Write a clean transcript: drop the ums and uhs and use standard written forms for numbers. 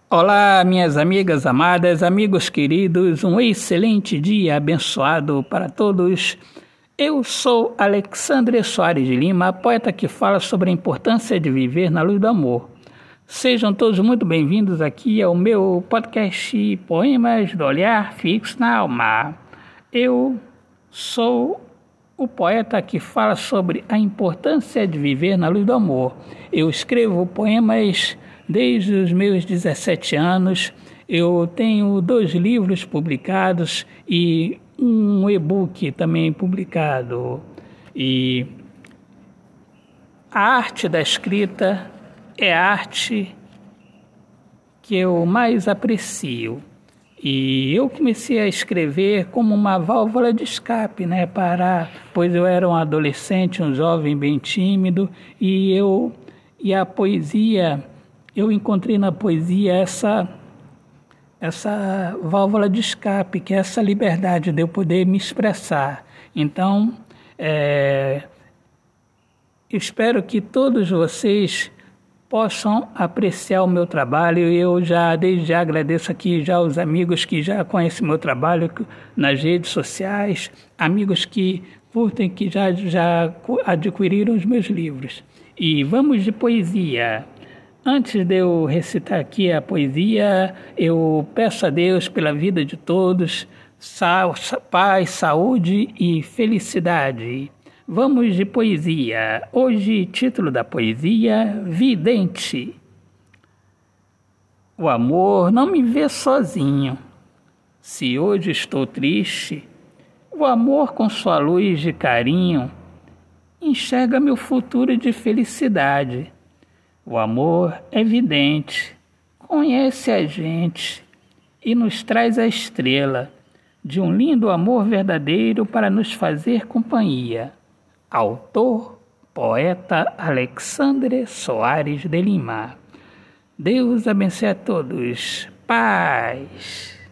Olá, minhas amigas amadas, amigos queridos, um excelente dia abençoado para todos. Eu sou Alexandre Soares de Lima, poeta que fala sobre a importância de viver na luz do amor. Sejam todos muito bem-vindos aqui ao meu podcast Poemas do Olhar Fixo na Alma. Eu sou o poeta que fala sobre a importância de viver na luz do amor. Eu escrevo poemas desde os meus 17 anos. Eu tenho 2 livros publicados e um e-book também publicado. E a arte da escrita é a arte que eu mais aprecio. E eu comecei a escrever como uma válvula de escape, pois eu era um adolescente, um jovem bem tímido, e a poesia, eu encontrei na poesia essa válvula de escape, que é essa liberdade de eu poder me expressar. Então, espero que todos vocês possam apreciar o meu trabalho. Eu desde já agradeço aqui já os amigos que já conhecem meu trabalho nas redes sociais, amigos que curtem, que já adquiriram os meus livros. E vamos de poesia. Antes de eu recitar aqui a poesia, eu peço a Deus pela vida de todos, paz, saúde e felicidade. Vamos de poesia. Hoje, título da poesia, Vidente. O amor não me vê sozinho. Se hoje estou triste, o amor com sua luz de carinho enxerga meu futuro de felicidade. O amor é vidente, conhece a gente e nos traz a estrela de um lindo amor verdadeiro para nos fazer companhia. Autor, poeta Alexandre Soares de Lima. Deus abençoe a todos. Paz.